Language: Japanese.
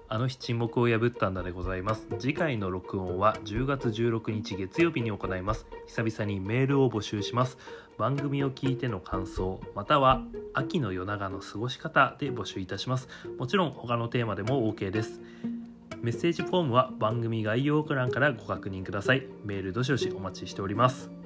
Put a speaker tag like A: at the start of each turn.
A: あの日沈黙を破ったんだでございます。次回の録音は10月16日月曜日に行います。久々にメールを募集します。番組を聞いての感想、または秋の夜長の過ごし方で募集いたします。もちろん他のテーマでも OK です。メッセージフォームは番組概要欄からご確認ください。メールどしどしお待ちしております。